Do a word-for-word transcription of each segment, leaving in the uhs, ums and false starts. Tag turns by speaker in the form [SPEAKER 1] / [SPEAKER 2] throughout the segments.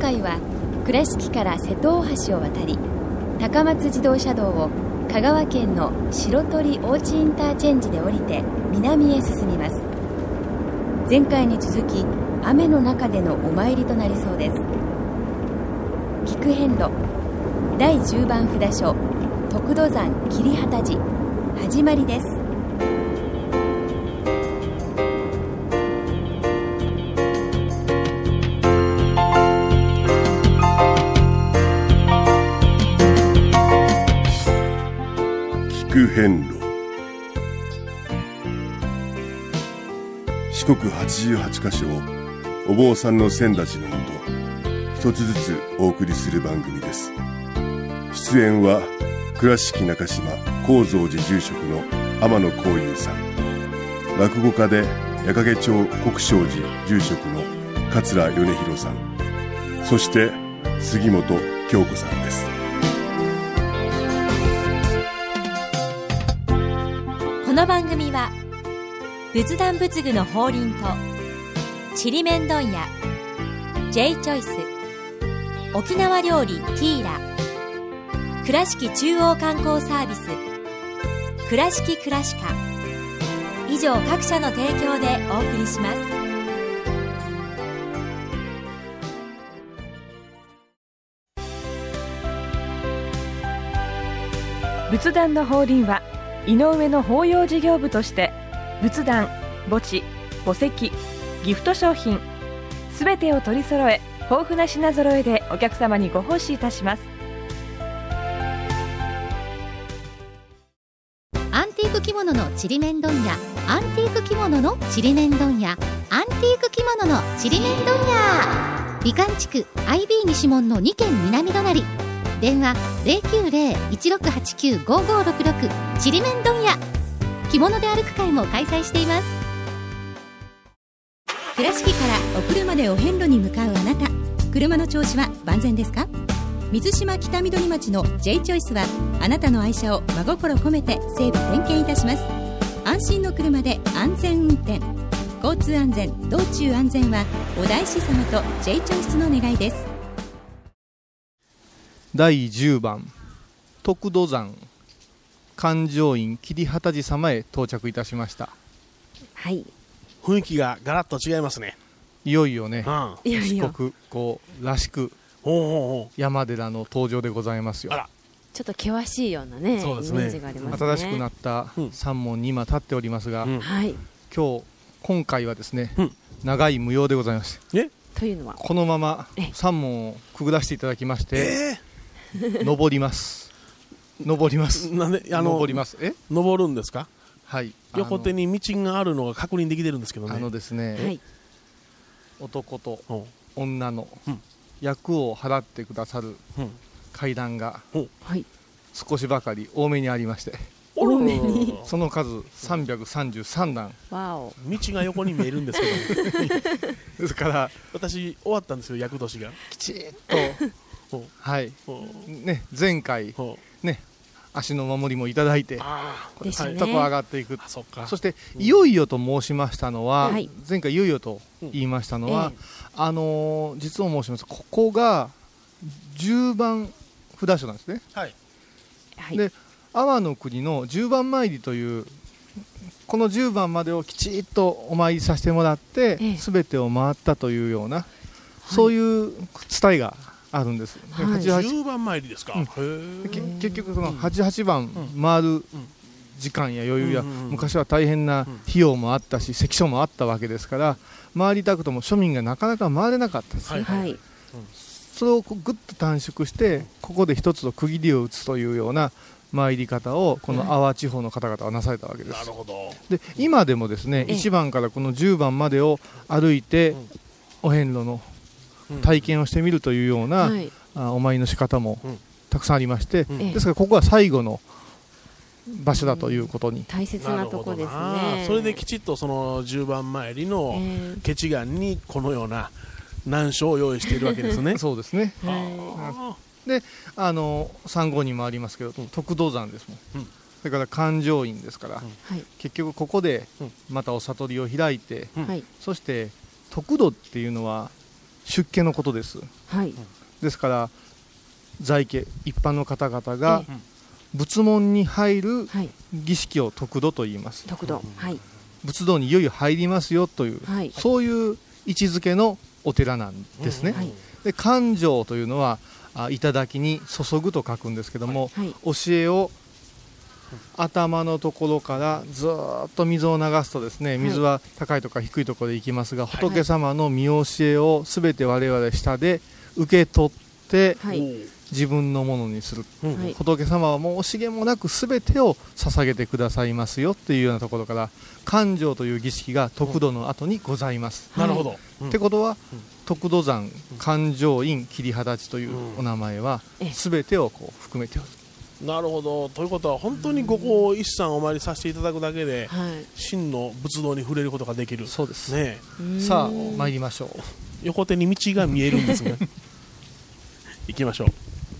[SPEAKER 1] 回は倉敷から瀬戸大橋を渡り、高松自動車道を香川県の白鳥大地インターチェンジで降りて南へ進みます。前回に続き雨の中でのお参りとなりそうです。菊遍路だいじゅうばん札所徳土山桐畑寺始まりです。
[SPEAKER 2] 菊遍路。四国はちじゅうはちカ所をお坊さんの先立ちのもと一つずつお送りする番組です。出演は倉敷中島・高蔵寺住職の天野幸雄さん、落語家で矢掛町国正寺住職の桂米広さん、そして杉本京子さんです。
[SPEAKER 3] この番組は仏壇仏具の法輪とちりめん問屋 J チョイス、沖縄料理ティーラ、倉敷中央観光サービス倉敷クラシカ、以上各社の提供でお送りします。
[SPEAKER 4] 仏壇の法輪は井上の法要事業部として仏壇、墓地、墓石、ギフト商品すべてを取り揃え、豊富な品揃えでお客様にご奉仕いたします。
[SPEAKER 5] アンティーク着物のちりめん問屋、アンティーク着物のちりめん問屋、アンティーク着物のちりめん問屋、美観地区 アイビー 西門のにけん南隣、電話 ゼロきゅうゼロ いちろくはちきゅう ごごろくろく、ちりめん問屋。着物で歩く会も開催しています。倉敷からお車でお遍路に向かうあなた、車の調子は万全ですか？水島北緑町の J チョイスはあなたの愛車を真心込めて整備点検いたします。安心の車で安全運転、交通安全、道中安全はお大師様と J チョイスの願いです。
[SPEAKER 6] だいじゅうばん徳土山灌頂院桐畑寺様へ到着いたしました。
[SPEAKER 7] はい、
[SPEAKER 8] 雰囲気がガラッと違いますね。
[SPEAKER 6] いよいよね、
[SPEAKER 8] うん、
[SPEAKER 6] 四国こうらしく
[SPEAKER 8] ほうほうほう
[SPEAKER 6] 山寺の登場でございますよ。
[SPEAKER 8] あら、
[SPEAKER 7] ちょっと険しいようなね、
[SPEAKER 8] そうですね、
[SPEAKER 7] イメージがありますね。
[SPEAKER 6] 新しくなった山門に今立っておりますが、
[SPEAKER 8] うん、
[SPEAKER 7] はい、
[SPEAKER 6] 今日今回はですね、
[SPEAKER 8] うん、
[SPEAKER 6] 長い無用でございます。
[SPEAKER 8] え
[SPEAKER 7] というのは
[SPEAKER 6] このまま山門をくぐらせていただきまして、えー、登ります登ります
[SPEAKER 8] なんであの
[SPEAKER 6] 登りますえ
[SPEAKER 8] 登るんですか？
[SPEAKER 6] はい、
[SPEAKER 8] 横手に道があるのが確認できてるんですけどね。
[SPEAKER 6] あのですね、
[SPEAKER 7] はい、
[SPEAKER 6] 男と女の役を払ってくださる階段が少しばかり多めにありまして、
[SPEAKER 7] 多めに
[SPEAKER 6] その数さんびゃくさんじゅうさんだん。
[SPEAKER 7] わお、
[SPEAKER 8] 道が横に見えるんですけど
[SPEAKER 6] ですから
[SPEAKER 8] 私終わったんですよ、厄年が
[SPEAKER 6] きちっとはいね、前回ね足の守りもいただいて
[SPEAKER 7] でしたね、
[SPEAKER 6] とこ上がっていく。
[SPEAKER 8] あ、そっか。
[SPEAKER 6] そしていよいよと申しましたのは、
[SPEAKER 7] はい、
[SPEAKER 6] 前回いよいよと言いましたのは、
[SPEAKER 7] うんええ、
[SPEAKER 6] あのー、実を申します、ここがじゅうばん札所なんですね。
[SPEAKER 8] はい、
[SPEAKER 7] はい、
[SPEAKER 6] で阿波の国の十番参りというこのじゅうばんまでをきちっとお参りさせてもらってすべ、ええ、てを回ったというような、はい、そういう伝えがあるんです、
[SPEAKER 8] はい、じゅうばん参りですか、うん、
[SPEAKER 6] へ結局そのはちじゅうはちばん回る時間や余裕や、うんうんうん、昔は大変な費用もあったし関所もあったわけですから、回りたくとも庶民がなかなか回れなかったんですね、はいはい、それをぐっと短縮してここで一つの区切りを打つというような参り方をこの阿波地方の方々はなされたわけです。なるほど。で今でもですね、いちばんからこのじゅうばんまでを歩いてお遍路の体験をしてみるというような、うん、あお参りの仕方もたくさんありまして、うん、ですからここは最後の場所だということに、うん、
[SPEAKER 7] 大切なとこですね。
[SPEAKER 8] それできちっとそのじゅうばん参りのケチガンにこのような難所を用意しているわけですね。
[SPEAKER 6] そうですね。であの産後にもありますけど、うん、徳土山ですもん、うん、それから灌頂院ですから、うん、結局ここでまたお悟りを開いて、うん、そして徳土っていうのは出家のことです。
[SPEAKER 7] はい。
[SPEAKER 6] ですから在家一般の方々が仏門に入る儀式を得度と言います。
[SPEAKER 7] 得度、はい。
[SPEAKER 6] 仏道にいよいよ入りますよという、はい、そういう位置づけのお寺なんですね。はい、で灌頂というのはあ頂に注ぐと書くんですけども、はい、教えを頭のところからずっと水を流すとですね、水は高いとか低いところで行きますが、はい、仏様の見教えをすべて我々下で受け取って、はい、自分のものにする、はい、仏様はもう惜しげもなくすべてを捧げてくださいますよっていうようなところから灌頂という儀式が得度の後にございます。
[SPEAKER 8] なるほど。
[SPEAKER 6] ってことは、うん、得度山灌頂院桐畑地というお名前はすべてをこう含めておる。
[SPEAKER 8] なるほど。ということは本当にここを一山お参りさせていただくだけで、はい、真の仏道に触れることができる。
[SPEAKER 6] そうです、
[SPEAKER 8] ね、
[SPEAKER 6] さあ参りましょう。
[SPEAKER 8] 横手に道が見えるんですね行きましょう。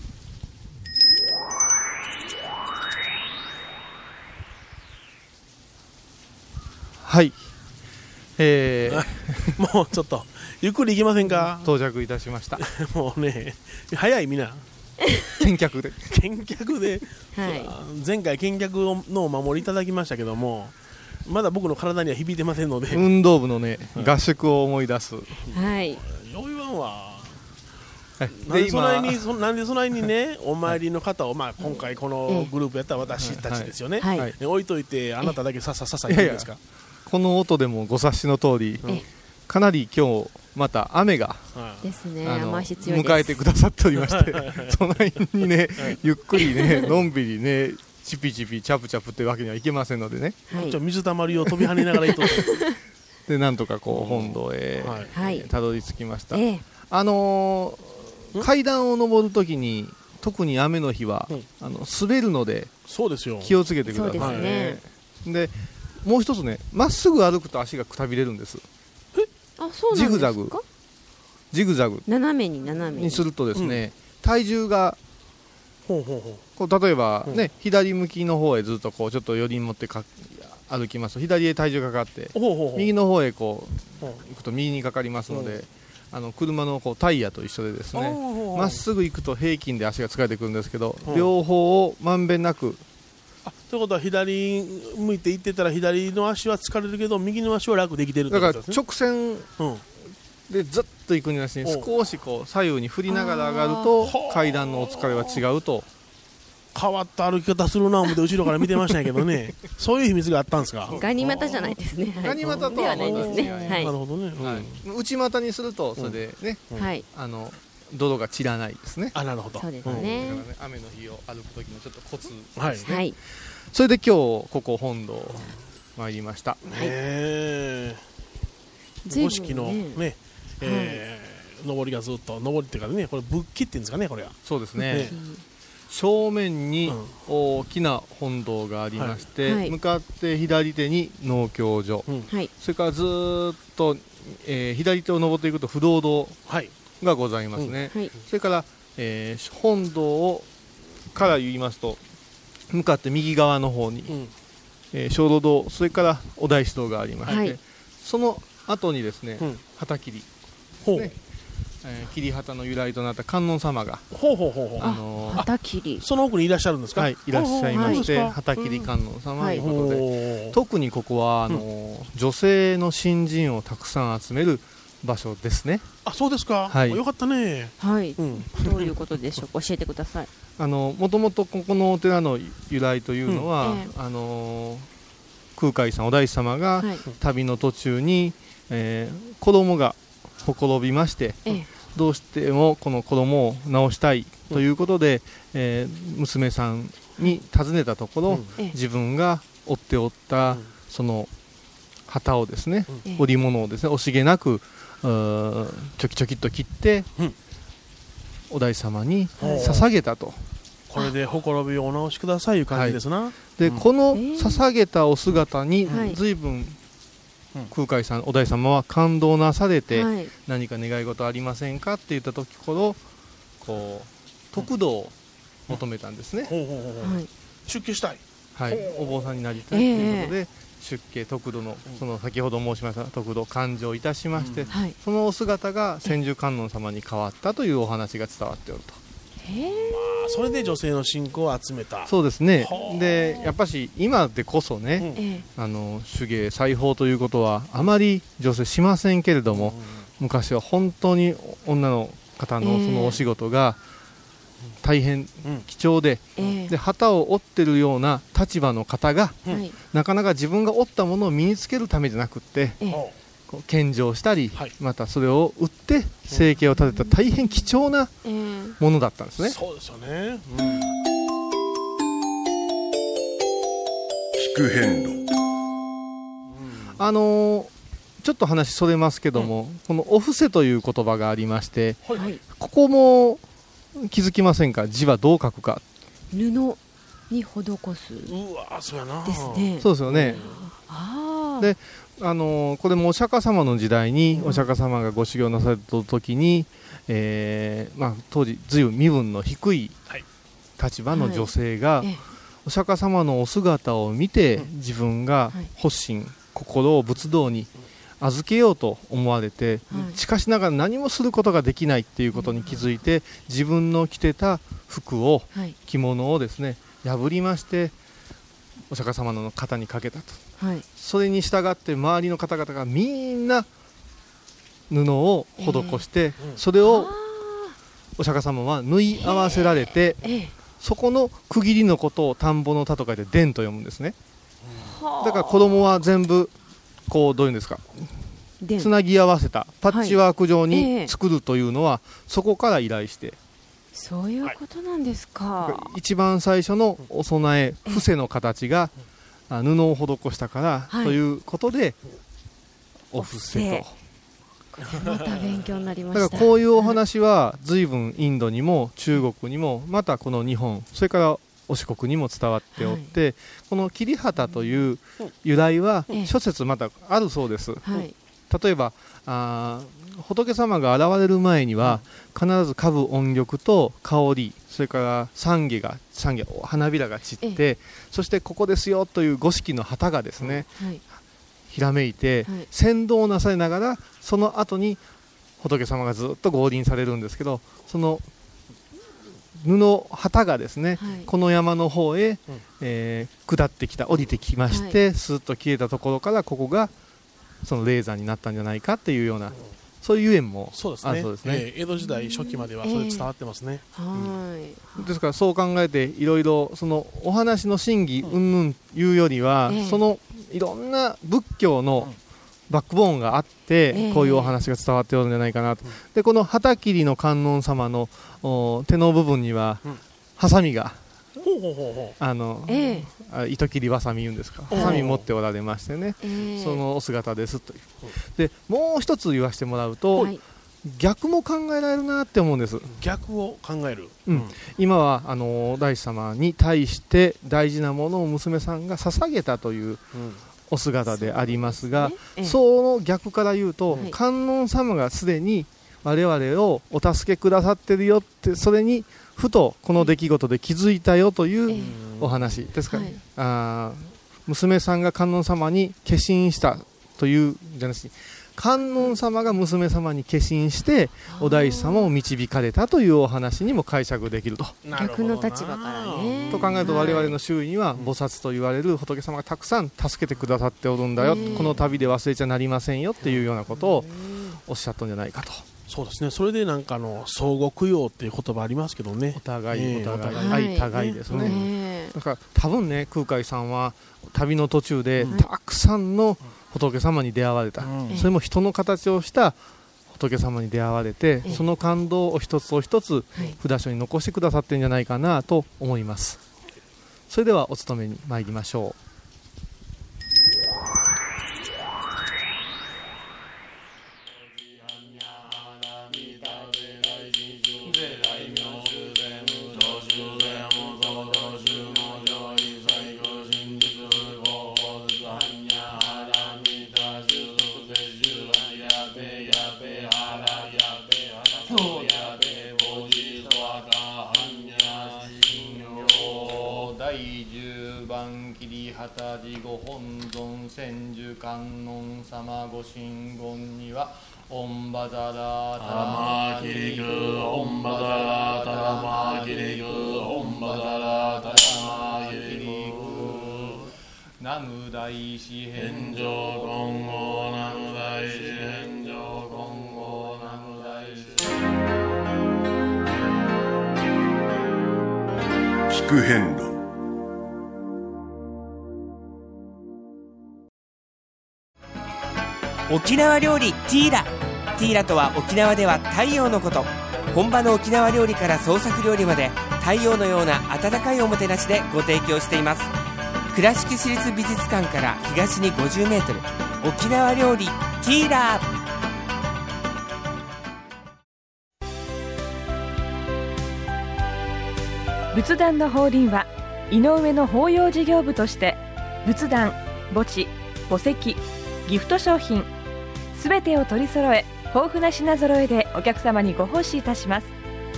[SPEAKER 6] はい、え
[SPEAKER 8] ー、もうちょっとゆっくり行きませんか。
[SPEAKER 6] 到着いたしました
[SPEAKER 8] もうね早いみな
[SPEAKER 6] 見客で
[SPEAKER 8] 見客で、はい、前回見客のお守りいただきましたけども、まだ僕の体には響いてませんので、
[SPEAKER 6] 運動部のね、はい、合宿を思い出す。
[SPEAKER 7] はい。
[SPEAKER 8] よいわんわ。なんでそないにそなんでそないにねお参りの方を、まあ、今回このグループやったら私たちですよね、はいはい、置いといてあなただけさっささっさ言ってるんですか。いやいや、
[SPEAKER 6] この音でもご察しの通り、かなり今日また雨が
[SPEAKER 7] ですね、雨足強いです。
[SPEAKER 6] 迎えてくださっておりましてそないにね、はい、ゆっくりねのんびりねチピチピチャプチャプってわけにはいけませんのでね、
[SPEAKER 8] はい、水たまりを飛び跳ねながら行っと
[SPEAKER 6] でなんとかこう本堂へたどり着きました、ええ、あのー、階段を上るときに特に雨の日は、うん、あの滑るので気をつけてください。そうですね。でもう一つね、まっすぐ歩くと足がくたびれるんです。
[SPEAKER 7] あ、そうなんですか。
[SPEAKER 6] ジグザグジグザグ
[SPEAKER 7] 斜めに斜めに
[SPEAKER 6] にするとですね、うん、体重が
[SPEAKER 8] ほうほうほう
[SPEAKER 6] こう例えばね、うん、左向きの方へずっとこうちょっと寄りに持ってか歩きますと左へ体重がかかってほうほうほう右の方へこう行くと右にかかりますので、あの車のこうタイヤと一緒でですね、まっすぐ行くと平均で足が疲れてくるんですけど、両方をまんべんなく。
[SPEAKER 8] あ、ということは左向いて行ってたら左の足は疲れるけど右の足は楽できてるってことですね。
[SPEAKER 6] だから直線でずっと行くんじゃなくて、少しこう左右に振りながら上がると階段のお疲れは違うと。
[SPEAKER 8] 変わった歩き方するな思って後ろから見てましたけどねそういう秘密があったんですか。
[SPEAKER 7] ガニ股じゃないですね。
[SPEAKER 6] ガニ股とは
[SPEAKER 7] ないですね。
[SPEAKER 8] なるほどね、うん、
[SPEAKER 6] はい、内股にするとそれでね、うん、あの泥が散らないですね。
[SPEAKER 8] あ、なるほど。
[SPEAKER 7] そうですね、
[SPEAKER 6] うん、だからね、雨の日を歩く時のちょっとコツですね、
[SPEAKER 7] はい、
[SPEAKER 6] それで今日ここ本堂参りました。
[SPEAKER 8] へー、五色のね、えー、上りがずっと上りっていうかね、これ仏器っていうんですかね、これは。
[SPEAKER 6] そうですね、ね、正面に大きな本堂がありまして、はい、向かって左手に農協所、うん、それからずっと、えー、左手を登っていくと不動堂がございますね、はい、それから、えー、本堂をから言いますと向かって右側の方に、うん、えー、小路堂、それからお大師堂がありまして、はい、その後にですね、うん、旗切り、ね、えー、桐畑の由来となった観音様が、
[SPEAKER 8] ほうほうほうほう、
[SPEAKER 7] あのー、旗切り、
[SPEAKER 8] その奥にいらっしゃるんですか。
[SPEAKER 6] はい、いらっしゃいまして、旗切り観音様ということで、うん、特にここはあのーうん、女性の新人をたくさん集める場所ですね。
[SPEAKER 8] あ、そうですか、はい、よかったね。
[SPEAKER 7] はい、うん、どういうことでしょう教えてください。
[SPEAKER 6] あのもともとここのお寺の由来というのは、うん、えー、あのー、空海さんお大師様が旅の途中に、えー、子供がほころびまして、えー、どうしてもこの子供を直したいということで、うん、えー、娘さんに尋ねたところ、うん、自分が折っておった、うん、その旗をですね、うん、織物をですね惜しげなくチョキチョキっと切って、うん、お大師様に捧げたと。
[SPEAKER 8] これでほころびをお直しくださいいう感じですな、はい、
[SPEAKER 6] で、うん、この捧げたお姿に随分、はい、空海さんお大師様は感動なされて、はい、何か願い事ありませんかって言った時ほどこう得度を求めたんですね、
[SPEAKER 8] うん、ほうほうほう、はい、出家したい。
[SPEAKER 6] はい、お坊さんになりたいということで、えー、出家得度のその先ほど申しました得度を勘定いたしまして、うんはい、そのお姿が千手観音様に変わったというお話が伝わっておると。
[SPEAKER 8] へまあ、それで女性の信仰を集めた。
[SPEAKER 6] そうですね。でやっぱし今でこそね、うん、あの手芸裁縫ということはあまり女性しませんけれども、うん、昔は本当に女の方のそのお仕事が大変貴重で、えー、で旗を折ってるような立場の方が、うん、なかなか自分が折ったものを身につけるためじゃなくって、えー、こう献上したり、はい、またそれを売って生計を立てた大変貴重なものだったんですね、
[SPEAKER 8] えー、そうですよね、うん、
[SPEAKER 2] 聞く遍路、
[SPEAKER 6] あのー、ちょっと話それますけども、うん、このお布施という言葉がありまして、はい、ここも気づきませんか？字はどう書くか。
[SPEAKER 7] 布に施す。
[SPEAKER 8] うわそうやな
[SPEAKER 7] ですね。
[SPEAKER 6] そうですよね。あで、あのー、これもお釈迦様の時代にお釈迦様がご修行なされた時に、えーまあ、当時随分身分の低い立場の女性が、はいはい、お釈迦様のお姿を見て、うん、自分が発心、はい、心を仏道に預けようと思われて、はい、しかしながら何もすることができないっていうことに気づいて、自分の着てた服を、はい、着物をですね破りましてお釈迦様の肩にかけたと、はい、それに従って周りの方々がみんな布を施して、えー、それをお釈迦様は縫い合わせられて、えー、そこの区切りのことを田んぼの田と書いて田と読むんですね。だから子供は全部こうどういうんですか、つなぎ合わせたパッチワーク状に作るというのは、はいえー、そこから依頼して、
[SPEAKER 7] そういうことなんですか。
[SPEAKER 6] 一番最初のお供え布施の形が布を施したから、はい、ということでお布施と。
[SPEAKER 7] これまた勉強になりました。
[SPEAKER 6] だからこういうお話は随分インドにも中国にもまたこの日本それからお四国にも伝わっておって、はい、この桐畑という由来は諸説またあるそうです、はい、例えばあ仏様が現れる前には必ず歌舞音曲と香りそれから懺悔が懺悔花びらが散ってそしてここですよという五色の旗がですね、はい、ひらめいて、はい、先導なされながらその後に仏様がずっと合輪されるんですけどその布旗がですね、はい、この山の方へ、うんえー、下ってきた降りてきまして、はい、スーッと消えたところからここがその霊山になったんじゃないかっていうような、うん、そういうゆえんもあるそうですね。
[SPEAKER 8] えー、江戸時代初期まではそれ伝わってますね、
[SPEAKER 7] えー
[SPEAKER 6] うん、ですからそう考えていろいろそのお話の真偽うんぬんいうよりは、えー、そのいろんな仏教のバックボーンがあって、えー、こういうお話が伝わっておるんじゃないかなと、うん、でこの旗切の観音様の手の部分には、うん、ハサミがあの、えー、糸切りわさみ言うんですか、ハサミ持っておられましてね、えー、そのお姿ですというでもう一つ言わせてもらうと、はい、逆も考えられるなって思うんです。
[SPEAKER 8] 逆を考える、
[SPEAKER 6] うん、今はあの大師様に対して大事なものを娘さんが捧げたという、うんお姿でありますが そ,、ねええ、その逆から言うと、はい、観音様がすでに我々をお助けくださってるよってそれにふとこの出来事で気づいたよというお話ですかね、はい、あ娘さんが観音様に化身したというじゃなしに観音様が娘様に化身してお大師様を導かれたというお話にも解釈できると
[SPEAKER 7] 逆の立場からね
[SPEAKER 6] と考えると我々の周囲には菩薩と言われる仏様がたくさん助けてくださっておるんだよこの旅で忘れちゃなりませんよっていうようなことをおっしゃったんじゃないかと。
[SPEAKER 8] そうですね。それでなんかの相互供養っていう言葉ありますけどね
[SPEAKER 6] お互い、えー、お互い相互いですね、ね、だから多分ね空海さんは旅の途中でたくさんの仏様に出会われた、うん、それも人の形をした仏様に出会われて、うん、その感動を一つお一つ札所に残してくださってるんじゃないかなと思います。それではお勤めに参りましょう。第じゅう
[SPEAKER 9] 番切り旗寺ご本尊千手観音様ご神言にはオンバザラタラマキリグオンバザラタラマキリグオンバザラタラマキリグナム大師返上言語ナム大師返上言語ナム大師
[SPEAKER 2] 聞く遍路。
[SPEAKER 10] 沖縄料理ティーラ。ティーラとは沖縄では太陽のこと。本場の沖縄料理から創作料理まで太陽のような温かいおもてなしでご提供しています。倉敷市立美術館から東にごじゅうメートル、沖縄料理ティーラ。
[SPEAKER 4] 仏壇の法輪は井上の法要事業部として仏壇、墓地、墓石、ギフト商品すべてを取り揃え、豊富な品揃えでお客様にご奉仕いたします。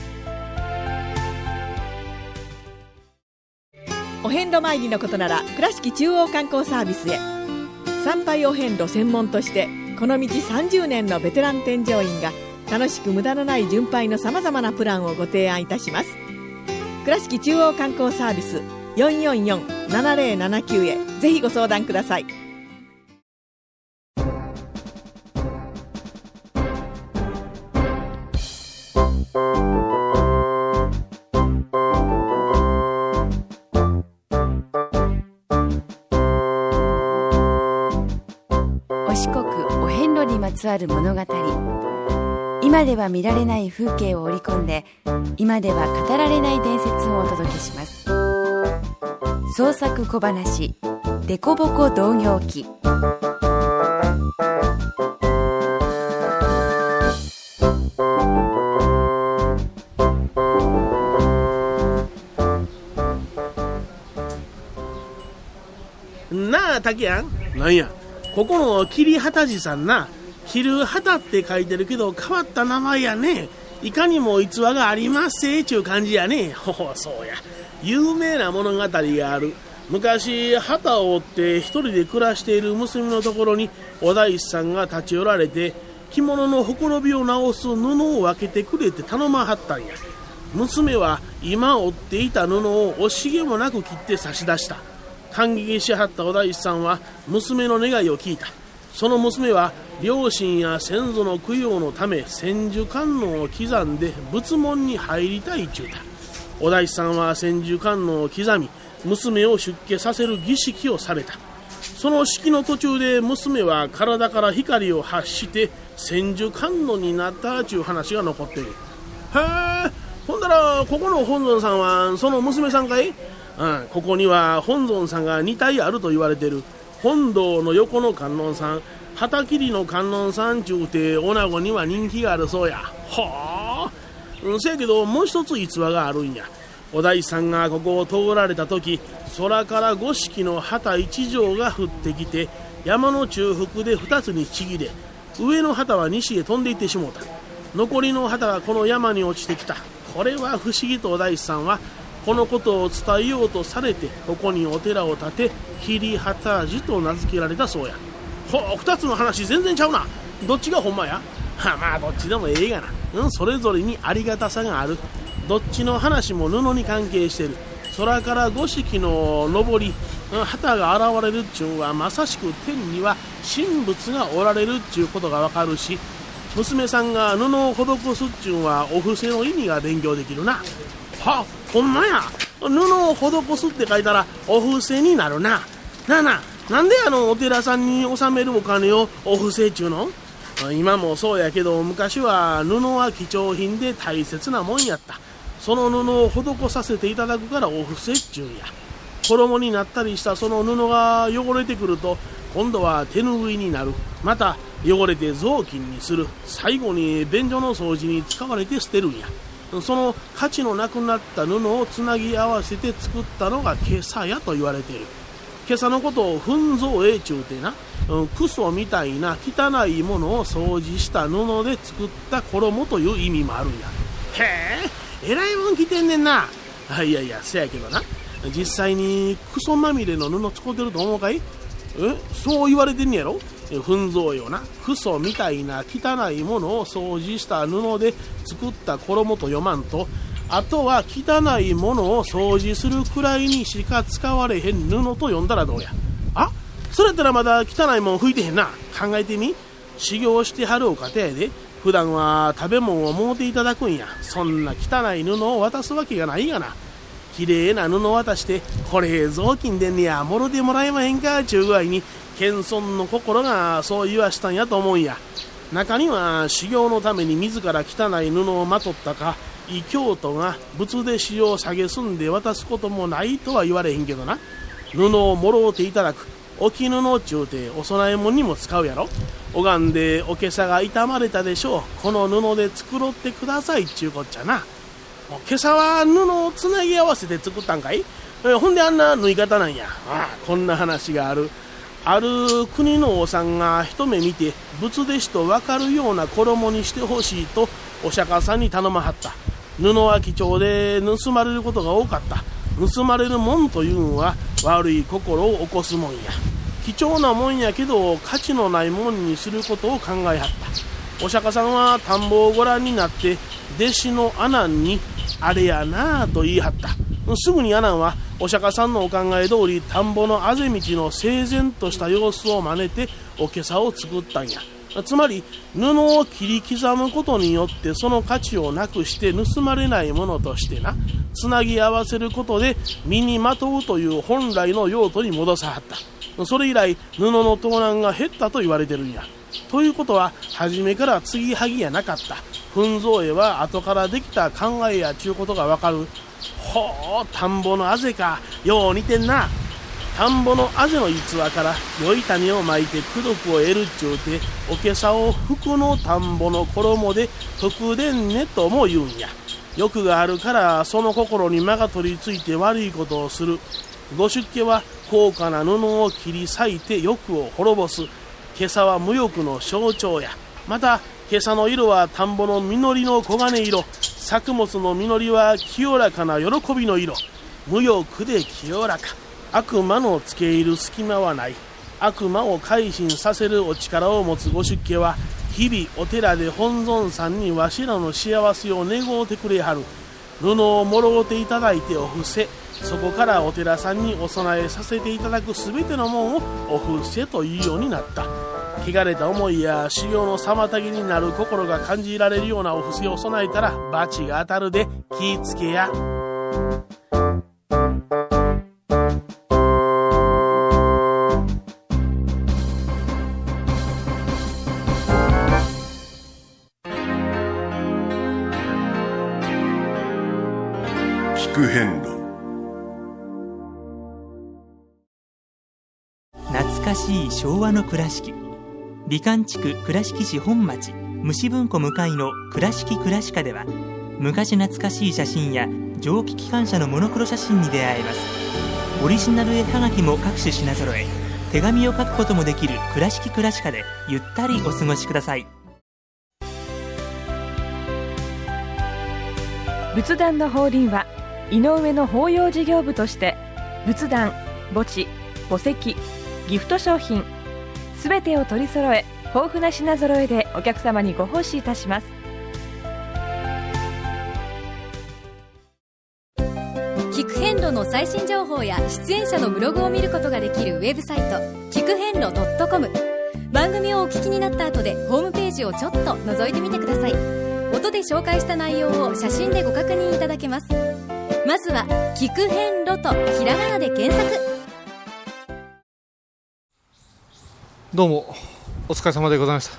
[SPEAKER 11] お遍路参りのことなら倉敷中央観光サービスへ。参拝お遍路専門としてこの道さんじゅうねんのベテラン添乗員が楽しく無駄のない巡拝のさまざまなプランをご提案いたします。倉敷中央観光サービス よんよんよんななぜろななきゅう へぜひご相談ください。
[SPEAKER 1] お四国お遍路にまつわる物語。今では見られない風景を織り込んで、今では語られない伝説をお届けします。創作小話デコボコ同行記。
[SPEAKER 8] なあ竹やん、なんやここの桐旗寺さんな、切る旗って書いてるけど変わった名前やね。いかにも逸話がありますせちゅう感じやね。ほほ、そうや、有名な物語がある。昔旗を折って一人で暮らしている娘のところにお大師さんが立ち寄られて、着物のほころびを直す布を分けてくれって頼まはったんや。娘は今折っていた布を惜しげもなく切って差し出した。感激しはったお大師さんは娘の願いを聞いた。その娘は両親や先祖の供養のため千手観音を刻んで仏門に入りたいちゅうた。お大師さんは千手観音を刻み、娘を出家させる儀式をされた。その式の途中で娘は体から光を発して千手観音になったちゅう話が残っている。へえ、ほんだらここの本尊さんはその娘さんかい？うん、ここには本尊さんがに体あると言われている。本堂の横の観音さん、旗切の観音さんちゅうて女子には人気があるそうや。はあ、うん、せやけどもう一つ逸話があるんや。お大師さんがここを通られた時、空から五色の旗一条が降ってきて山の中腹で二つにちぎれ、上の旗は西へ飛んでいってしもうた。残りの旗がこの山に落ちてきた。これは不思議とお大師さんはこのことを伝えようとされて、ここにお寺を建て桐旗寺と名付けられたそうや。ほう、二つの話全然ちゃうな。どっちがほんまや？はまあどっちでもええがな、うん、それぞれにありがたさがある。どっちの話も布に関係してる。空から五色の上り、旗が現れるっちゅうんはまさしく天には神仏がおられるっちゅうことがわかるし、娘さんが布を施すっちゅうんはお布施の意味が勉強できるな。は、ほんまや。布を施すって書いたらお布施になるな。なあなあ、なんであのお寺さんに納めるお金をお布施っちゅうの？今もそうやけど昔は布は貴重品で大切なもんやった。その布を施させていただくからお布施っちゅうんや。衣になったりしたその布が汚れてくると今度は手ぬぐいになる。また汚れて雑巾にする。最後に便所の掃除に使われて捨てるんや。その価値のなくなった布をつなぎ合わせて作ったのが袈裟やと言われている。袈裟のことを糞造営ちゅうてな、うん、クソみたいな汚いものを掃除した布で作った衣という意味もあるんや。へえ、えらいもん着てんねんな。いやいや、せやけどな、 実際にクソまみれの布使ってると思うかい？えそう言われてんねやろ。糞象よな、クソみたいな汚いものを掃除した布で作った衣と読まんと、あとは汚いものを掃除するくらいにしか使われへん布と読んだらどうや。あ、それやったらまだ汚いもん拭いてへんな。考えてみ。修行してはるお方やで、普段は食べ物をもうていただくんや。そんな汚い布を渡すわけがないがな。きれいな布を渡して、これ雑巾でんねや、もろてもらえまへんかちゅう具合に、謙遜の心がそう言わしたんやと思うんや。中には修行のために自ら汚い布をまとったか、異教徒が仏弟子を下げすんで渡すこともないとは言われへんけどな。布をもろうていただく置布ちゅうてお供え物にも使うやろ。拝んでおけさが傷まれたでしょう、この布で繕ってくださいっちゅうこっちゃな。今朝は布をつなぎ合わせて作ったんかい。えほんであんな縫い方なんや。ああ、こんな話がある。ある国の王さんが一目見て仏弟子と分かるような衣にしてほしいとお釈迦さんに頼まはった。布は貴重で盗まれることが多かった。盗まれるもんというんは悪い心を起こすもんや。貴重なもんやけど価値のないもんにすることを考えはった。お釈迦さんは田んぼをご覧になって弟子の阿難にあれやなぁと言い張った。すぐに阿難はお釈迦さんのお考え通り田んぼのあぜ道の整然とした様子を真似ておけさを作ったんや。つまり布を切り刻むことによってその価値をなくして盗まれないものとしてな、つなぎ合わせることで身にまとうという本来の用途に戻さはった。それ以来布の盗難が減ったと言われてるんや。ということは初めから継ぎはぎやなかった。糞象絵は後からできた考えやちゅうことがわかる。ほう、田んぼのあぜか、よう似てんな。田んぼのあぜの逸話から良い種をまいて功徳を得るっちゅうて、おけさを服の田んぼの衣で服でんねとも言うんや。欲があるからその心に間が取り付いて悪いことをする。ご出家は高価な布を切り裂いて欲を滅ぼす。今朝は無欲の象徴や。また今朝の色は田んぼの実りの黄金色、作物の実りは清らかな喜びの色。無欲で清らか、悪魔のつけ入る隙間はない。悪魔を改心させるお力を持つご出家は日々お寺で本尊さんにわしらの幸せを願うてくれはる。布をもろうていただいてお布施、そこからお寺さんにお供えさせていただくすべてのもんをお布施というようになった。汚れた思いや修行の妨げになる心が感じられるようなお布施を備えたら罰が当たるで、気ぃつけや。
[SPEAKER 2] 聞く遍路。
[SPEAKER 12] 懐かしい昭和の倉敷、美観地区倉敷市本町虫文庫向かいの倉敷倉歯科では、昔懐かしい写真や蒸気機関車のモノクロ写真に出会えます。オリジナル絵はがきも各種品揃え、手紙を書くこともできる倉敷倉歯科でゆったりお過ごしください。
[SPEAKER 4] 仏壇の法輪は井上の法要事業部として仏壇、墓地、墓石、ギフト商品すべてを取り揃え、豊富な品揃えでお客様にご奉仕いたします。
[SPEAKER 1] 聞く遍路の最新情報や出演者のブログを見ることができるウェブサイト、聞く遍路 .com。 番組をお聞きになった後でホームページをちょっと覗いてみてください。音で紹介した内容を写真でご確認いただけます。まずは聞く遍路とひらがなで検索。
[SPEAKER 6] どうもお疲れ様でございました。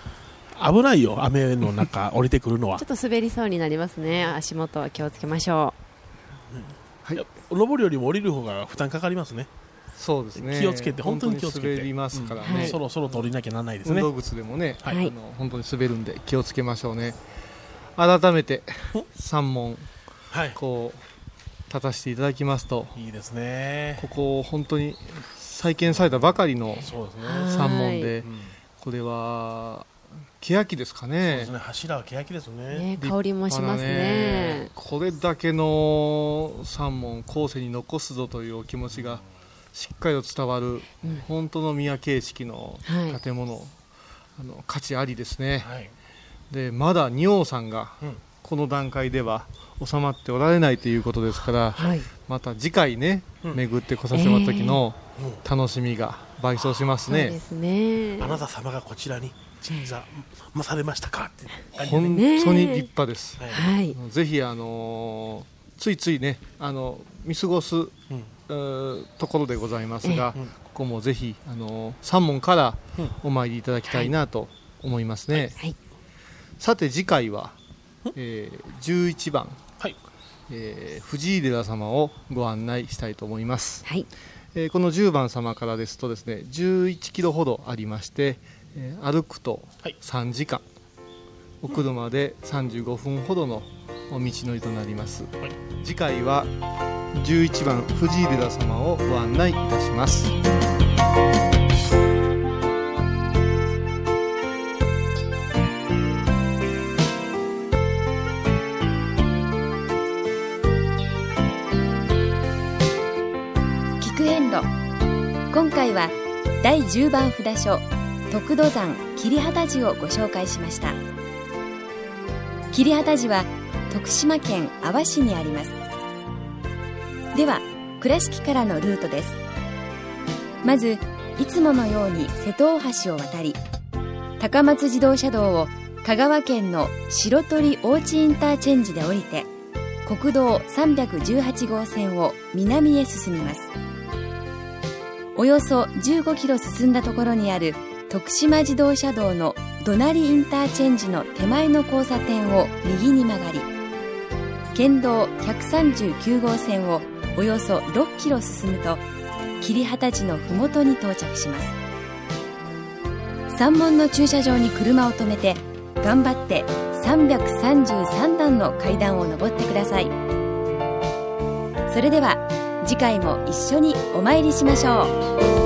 [SPEAKER 8] 危ないよ、雨の中降りてくるのは
[SPEAKER 7] ちょっと滑りそうになりますね。足元は気をつけましょ
[SPEAKER 8] う、うん、はい、登るよりも降りる方が負担かかりますね。
[SPEAKER 6] そうですね、
[SPEAKER 8] 気をつけて、本当に気をつけて、
[SPEAKER 6] 滑りますからね、
[SPEAKER 8] うんはい、そろそろと降りなきゃならないですね。
[SPEAKER 6] 運動靴でもね、
[SPEAKER 8] はい、
[SPEAKER 6] あの本当に滑るんで気をつけましょうね。改めてさん問、はい、こう立たせていただきますと、
[SPEAKER 8] いいですね。
[SPEAKER 6] ここ本当に再建されたばかりのさん問で、これは欅ですかね。
[SPEAKER 8] そうですね、柱は欅ですね。
[SPEAKER 7] ね、香りもしますね。
[SPEAKER 6] これだけの三門後世に残すぞというお気持ちがしっかりと伝わる、うん、本当の宮形式の建物、はい、あの価値ありですね、はい、でまだ仁王さんがこの段階では収まっておられないということですから、はい、また次回ね、うん、巡ってこさせてもらった時の楽しみが倍増しますね、
[SPEAKER 7] そうですね。
[SPEAKER 8] あなた様がこちらに鎮座まされましたかって
[SPEAKER 6] 本当に立派です、はい、ぜひあのー、ついついねあの見過ごす、うん、ところでございますが、うんうん、ここもぜひあのー、三門からお参りいただきたいなと思いますね、はいはい、さて次回は、えー、じゅういちばん、はいえー、藤井寺様をご案内したいと思います、はいえー、このじゅうばん様からですとですねじゅういちキロほどありまして、えー、歩くとさんじかん、はい、お車でさんじゅうごふんほどの道のりとなります、はい、次回はじゅういちばん藤井寺様をご案内いたします。
[SPEAKER 1] 聞く遍路、今回はだいじゅうばん札所得度山桐畑寺をご紹介しました。桐畑寺は徳島県阿波市にあります。では倉敷からのルートです。まずいつものように瀬戸大橋を渡り、高松自動車道を香川県の白鳥大地インターチェンジで降りて、国道さんびゃくじゅうはちごうせんを南へ進みます。およそじゅうごキロ進んだところにある徳島自動車道のどなりインターチェンジの手前の交差点を右に曲がり、県道ひゃくさんじゅうきゅうごうせんをおよそろっキロ進むと桐畑寺のふもとに到着します。山門の駐車場に車を止めて頑張ってさんびゃくさんじゅうさんだんの階段を上ってください。それでは次回も一緒にお参りしましょう。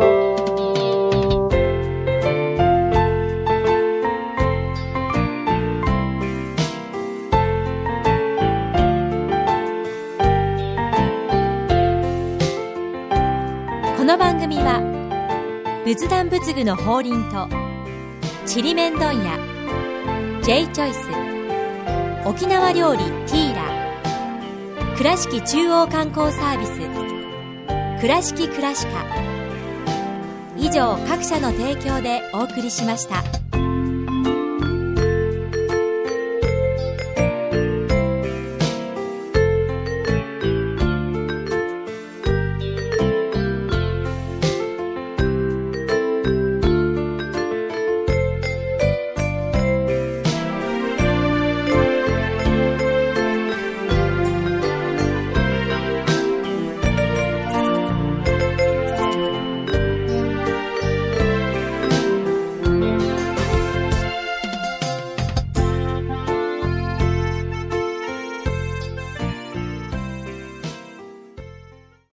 [SPEAKER 3] この番組は仏壇仏具の法輪とちりめん問屋 J チョイス、沖縄料理ティーラ、倉敷中央観光サービス倉敷倉歯科、以上各社の提供でお送りしました。